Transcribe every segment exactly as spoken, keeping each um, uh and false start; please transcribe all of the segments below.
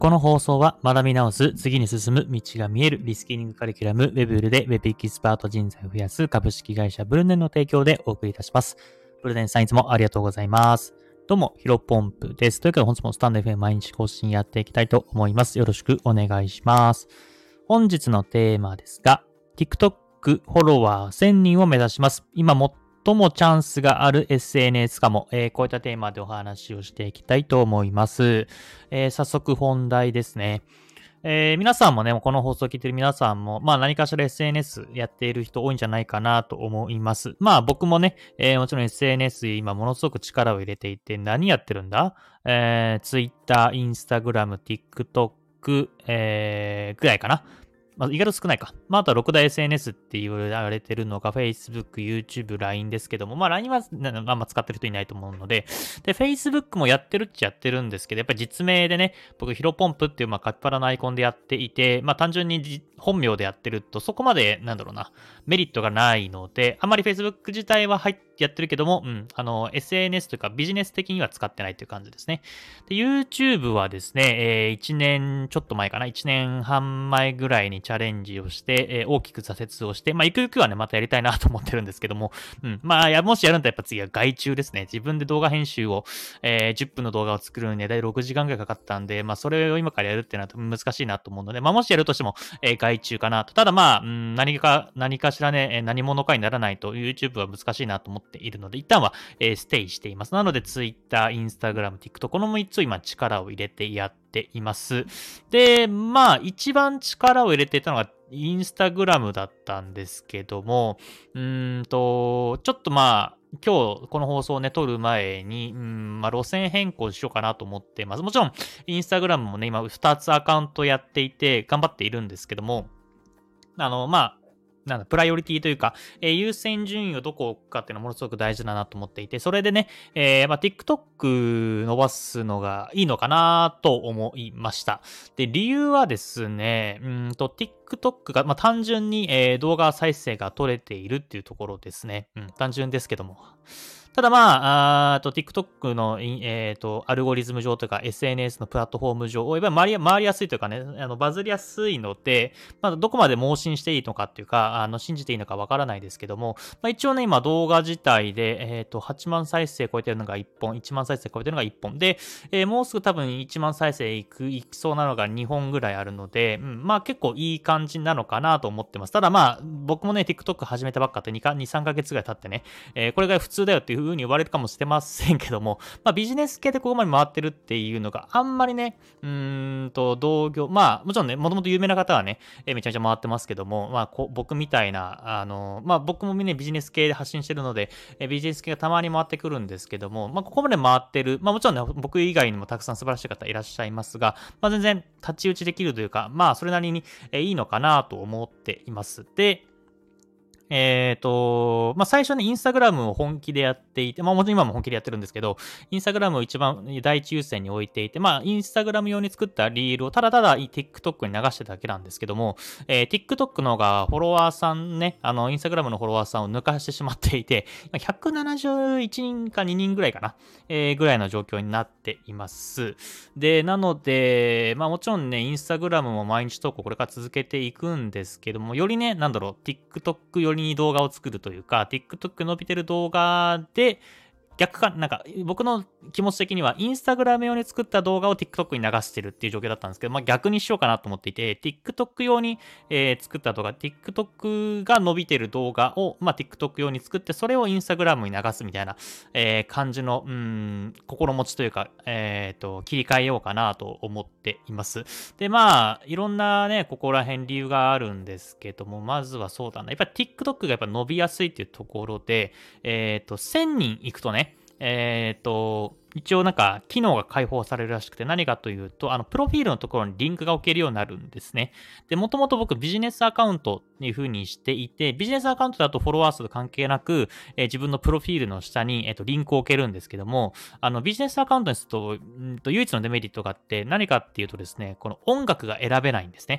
この放送は学び直す、次に進む道が見えるリスキリングカリキュラム Webul で Web エキスパート人材を増やす株式会社ブルネンの提供でお送りいたします。ブルネンさんいつもありがとうございます。どうも、ヒロポンプです。ということで本日もスタンド エフエム 毎日更新やっていきたいと思います。よろしくお願いします。本日のテーマですが、TikTok フォロワーせんにんを目指します。今最もチャンスがある エスエヌエス かも、えー、こういったテーマでお話をしていきたいと思います。えー、早速本題ですね。えー、皆さんもね、この放送を聞いている皆さんも、まあ何かしら エスエヌエス やっている人多いんじゃないかなと思います。まあ僕もね、えー、もちろん エスエヌエス 今ものすごく力を入れていて、何やってるんだ、えー、Twitter、Instagram、TikTok、えー、ぐらいかな。まあ、意外と少ないか。まあ、あとはろく大 エスエヌエス って言われてるのが Facebook、YouTube、ライン ですけども、まあ ライン はあんま使ってる人いないと思うので、で、Facebook もやってるっちゃやってるんですけど、やっぱり実名でね、僕ヒロポンプっていうまあカピバラのアイコンでやっていて、まあ単純に本名でやってるとそこまでなんだろうな、メリットがないので、あんまり Facebook 自体は入ってやってるけども、うん、あの エスエヌエス というかビジネス的には使ってないという感じですね。で、YouTube はですね、えー、いちねんちょっと前かな、いちねんはん前ぐらいにチャレンジをして、えー、大きく挫折をして、まあ、ゆくゆくはね、またやりたいなと思ってるんですけども、うん。まあ、や、もしやるんだったらやっぱ次は外注ですね。自分で動画編集を、えー、じゅっぷんの動画を作るのにだいろくじかんぐらいかかったんで、まあ、それを今からやるっていうのは難しいなと思うので、まあ、もしやるとしても、えー、外注かなと。ただまあ、うん、何か、何かしらね、何者かにならないと YouTube は難しいなと思っているので、一旦は、えー、ステイしています。なので、Twitter、Instagram、TikTok、このみっつを今力を入れてやっています。で、まあ、一番力を入れていたのが、インスタグラムだったんですけども、うーんと、ちょっとまあ、今日この放送をね、撮る前に、うん、まあ、路線変更しようかなと思ってます。もちろん、インスタグラムもね、今ふたつアカウントやっていて、頑張っているんですけども、あの、まあ、なんだ、プライオリティというか、えー、優先順位をどこを置くかっていうのはものすごく大事だなと思っていて、それでね、えー、まあ、TikTok 伸ばすのがいいのかなと思いました。で、理由はですね、うんと、TikTok が、まあ、単純に、えー、動画再生が取れているっていうところですね。うん、単純ですけども。ただまあ、あと TikTok の、えー、とアルゴリズム上というか エスエヌエス のプラットフォーム上、やっぱり回り回りやすいというかね、あのバズりやすいので、まあ、どこまで盲信していいのかっていうか、あの信じていいのかわからないですけども、まあ、一応ね、今動画自体で、えー、とはちまん再生超えてるのがいっぽん、いちまん再生超えてるのがいっぽんで、えー、もうすぐ多分いちまん再生いく、いきそうなのがにほんぐらいあるので、うん、まあ結構いい感じなのかなと思ってます。ただまあ、僕もね、TikTok 始めたばっかってに、さんかげつぐらい経ってね、えー、これが普通だよっていう風に言われるかもしれませんけども、まあビジネス系でここまで回ってるっていうのがあんまりね、うーんと同業、まあもちろんね、もともと有名な方はね、えー、めちゃめちゃ回ってますけども、まあこ僕みたいな、あの、まあ僕もね、ビジネス系で発信してるので、えー、ビジネス系がたまに回ってくるんですけども、まあここまで回ってる、まあもちろんね、僕以外にもたくさん素晴らしい方いらっしゃいますが、まあ全然太刀打ちできるというか、まあそれなりに、えー、いいのかなと思っています。で、えっと、まあ、最初にインスタグラムを本気でやっていて、まあ、もちろん今も本気でやってるんですけど、インスタグラムを一番第一優先に置いていて、まあ、インスタグラム用に作ったリールをただただ TikTok に流してただけなんですけども、えー、TikTok の方がフォロワーさんね、あの、インスタグラムのフォロワーさんを抜かしてしまっていて、ひゃくななじゅういちにんかににんぐらいかな、えー、ぐらいの状況になっています。で、なので、まあ、もちろんね、インスタグラムも毎日投稿これから続けていくんですけども、よりね、なんだろう、TikTok よりに動画を作るというか、TikTok 伸びてる動画で、逆か、なんか、僕の気持ち的には、インスタグラム用に作った動画を TikTok に流してるっていう状況だったんですけど、まあ逆にしようかなと思っていて、TikTok 用に、えー、作った動画、TikTok が伸びてる動画を、まあ TikTok 用に作って、それをインスタグラムに流すみたいな、えー、感じの、うーん、心持ちというか、えっと、切り替えようかなと思っています。で、まあ、いろんなね、ここら辺理由があるんですけども、まずはそうだな。やっぱり TikTok がやっぱ伸びやすいっていうところで、えっと、せんにん行くとね、えっと、一応なんか機能が開放されるらしくて、何かというと、あの、プロフィールのところにリンクが置けるようになるんですね。で、もともと僕ビジネスアカウントっていう風にしていて、ビジネスアカウントだとフォロワー数と関係なく、えー、自分のプロフィールの下に、えーと、リンクを置けるんですけども、あの、ビジネスアカウントですと、んと唯一のデメリットがあって、何かっていうとですね、この音楽が選べないんですね。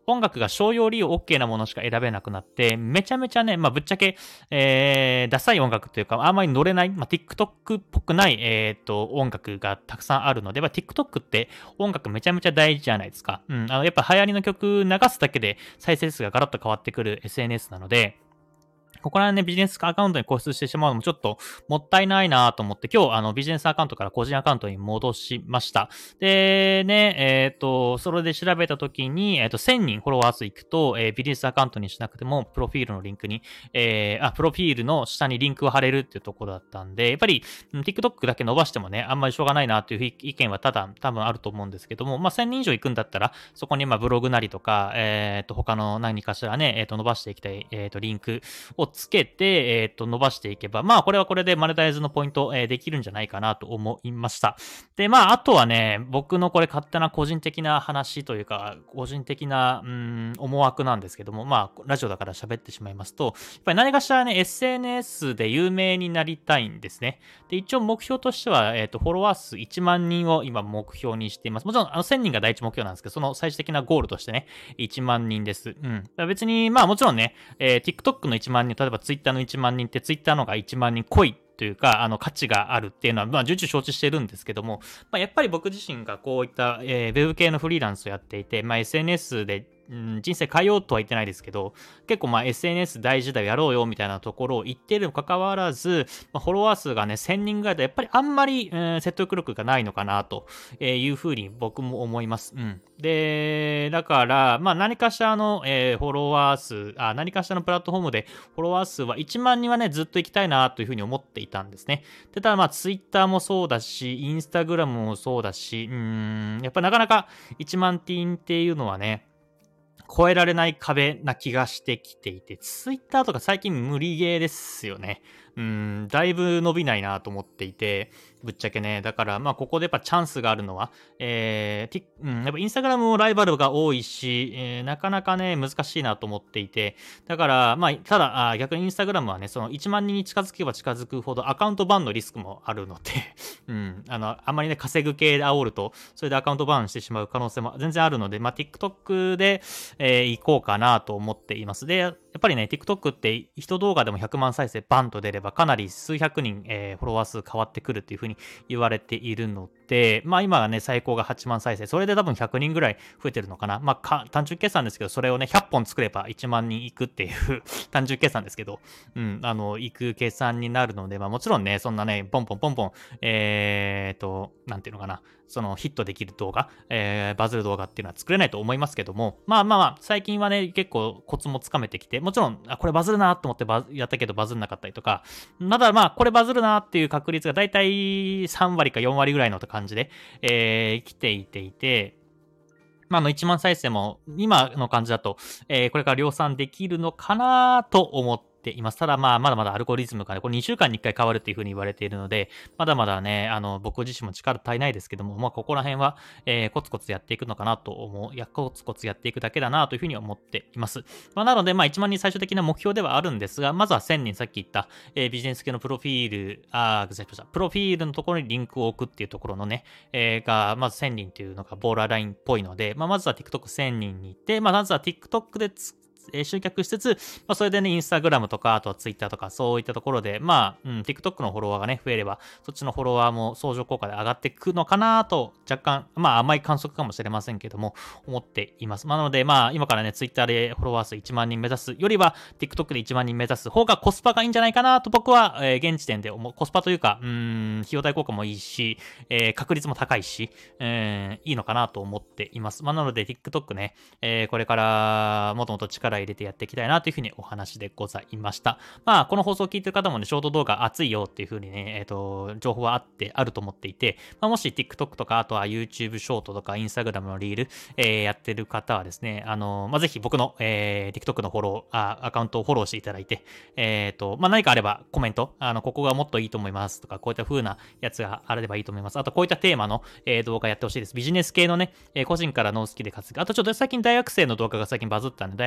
音楽が商用利用 OK なものしか選べなくなって、めちゃめちゃね、まあぶっちゃけ、えー、ダサい音楽というか、あんまり乗れない、まあ TikTok っぽくない、えっと、音楽がたくさんあるので、まあ TikTok って音楽めちゃめちゃ大事じゃないですか。うん、あの、やっぱ流行りの曲流すだけで再生数がガラッと変わってくる エスエヌエス なので、ここら辺ね、ビジネスアカウントに固執してしまうのもちょっともったいないなと思って、今日、あの、ビジネスアカウントから個人アカウントに戻しました。で、ね、えっ、ー、と、それで調べたときに、えっ、ー、と、せんにんフォロワー数いくと、えー、ビジネスアカウントにしなくても、プロフィールのリンクに、えー、あ、プロフィールの下にリンクを貼れるっていうところだったんで、やっぱり、TikTok だけ伸ばしてもね、あんまりしょうがないなという意見はただ、多分あると思うんですけども、まあ、せんにん以上行くんだったら、そこにまあブログなりとか、えっ、ー、と、他の何かしらね、えっ、と、伸ばしていきたい、えっ、と、リンクをつけて、えっ、ー、と、伸ばしていけば、まあ、これはこれでマネタイズのポイント、えー、できるんじゃないかなと思いました。で、まあ、あとはね、僕のこれ勝手な個人的な話というか、個人的な、うーん、思惑なんですけども、まあ、ラジオだから喋ってしまいますと、やっぱり何かしらね、エスエヌエス で有名になりたいんですね。で、一応目標としては、えっ、ー、と、フォロワー数いちまんにんを今目標にしています。もちろん、あの、せんにんが第一目標なんですけど、その最終的なゴールとしてね、いちまんにんです。うん。別に、まあもちろんね、えー、TikTok のいちまんにん、例えば Twitter のいちまんにんって Twitter のがいちまんにん濃いというか、あの、価値があるっていうのは、まあ、重々承知してるんですけども、まあ、やっぱり僕自身がこういった、えー、ウェブ系のフリーランスをやっていて、まあ、エスエヌエス で、うん、人生変えようとは言ってないですけど、結構まあ エスエヌエス 大事だよ、やろうよみたいなところを言っているにもかかわらず、まあ、フォロワー数がね、せんにんぐらいだとやっぱりあんまり、うん、説得力がないのかなというふうに僕も思います。うん。で、だから、まあ何かしらの、えー、フォロワー数あ、何かしらのプラットフォームでフォロワー数はいちまんにんはね、ずっと行きたいなというふうに思っていたんですね。で、ただまあ Twitter もそうだし、Instagram もそうだし、うーん、やっぱなかなかいちまんティーンっていうのはね、超えられない壁な気がしてきていて、ツイッターとか最近無理ゲーですよね。うん、だいぶ伸びないなと思っていて、ぶっちゃけね。だから、まあ、ここでやっぱチャンスがあるのは、えー、うん、やっぱインスタグラムもライバルが多いし、えー、なかなかね、難しいなと思っていて、だから、まあ、ただ、あ逆にインスタグラムはね、そのいちまんにんに近づけば近づくほどアカウントバンのリスクもあるので、うん、あの、あんまりね、稼ぐ系で煽ると、それでアカウントバンしてしまう可能性も全然あるので、まあ、TikTok で、えー、行こうかなと思っています。で、やっぱりね、TikTok って一動画でもひゃくまん再生バンと出ればかなり数百人、えー、フォロワー数変わってくるっていう風に言われているので、まあ今はね、最高がはちまん再生。それで多分ひゃくにんぐらい増えてるのかな。まあか単純計算ですけど、それをね、ひゃっぽん作ればいちまんにんいくっていう単純計算ですけど、うん、あの、いく計算になるので、まあもちろんね、そんなね、ポンポンポンポン、えーと、なんていうのかな。そのヒットできる動画、えー、バズる動画っていうのは作れないと思いますけども、まあまあまあ、最近はね、結構コツもつかめてきて、もちろん、あ、これバズるなと思ってバズやったけどバズんなかったりとか、まだまあ、これバズるなっていう確率がだいたいさんわりかよんわりぐらいの感じで、えー、来ていていて、まあ、あの、いちまん再生も、今の感じだと、えー、これから量産できるのかなと思っています。ただ、まあ、まだまだアルゴリズムがね、これにしゅうかんにいっかい変わるっていう風に言われているので、まだまだね、あの、僕自身も力足りないですけども、まあ、ここら辺は、えー、コツコツやっていくのかなと思う。や、コツコツやっていくだけだなという風に思っています。まあ、なので、まあ、いちまんにん最終的な目標ではあるんですが、まずはせんにん、さっき言った、えー、ビジネス系のプロフィール、あー、失礼しました。プロフィールのところにリンクを置くっていうところのね、えー、が、まずせんにんっていうのがボーダーラインっぽいので、まあ、まずは TikTokせんにんに行って、まあ、まずは TikTok でつえー、集客しつつ、まあ、それでね、インスタグラムとか、あとはツイッターとか、そういったところで、まあ、うん、TikTok のフォロワーがね、増えれば、そっちのフォロワーも相乗効果で上がっていくのかなと、若干、まあ、甘い観測かもしれませんけども、思っています。なので、まあ、今からね、Twitter でフォロワー数いちまんにん目指すよりは、TikTok でいちまんにん目指す方がコスパがいいんじゃないかなと僕は、えー、現時点で思う。コスパというか、うーん、費用対効果もいいし、えー、確率も高いし、えー、いいのかなと思っています。まあ、なので、TikTok ね、えー、これからもっともっと力入れてやっていきたいなというふうにお話でございました。まあ、この放送を聞いてる方もね、ショート動画熱いよっていうふうにね、えっと、情報はあって、あると思っていて、まあ、もし TikTok とか、あとは YouTube ショートとか Instagram のリール、えー、やってる方はですね、あの、まあ、ぜひ僕の、えー、TikTok のフォロー、あ、アカウントをフォローしていただいて、えっと、まあ、何かあればコメント、あの、ここがもっといいと思いますとか、こういった風なやつがあればいいと思います。あと、こういったテーマの、えー、動画やってほしいです。ビジネス系のね、えー、個人からノースキルで稼ぐ。あと、ちょっと最近大学生の動画が最近バズったんで、大学生寄り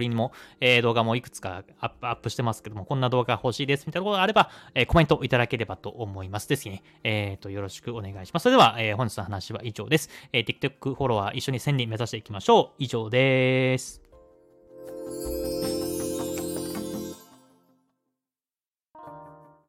リにも、えー、動画もいくつかアップ、アップしてますけども、こんな動画欲しいですみたいなことがあれば、えー、コメントいただければと思います。ですね。えっと、よろしくお願いします。それでは、えー、本日の話は以上です。えー、TikTok フォロワー一緒にせんにん目指していきましょう。以上です。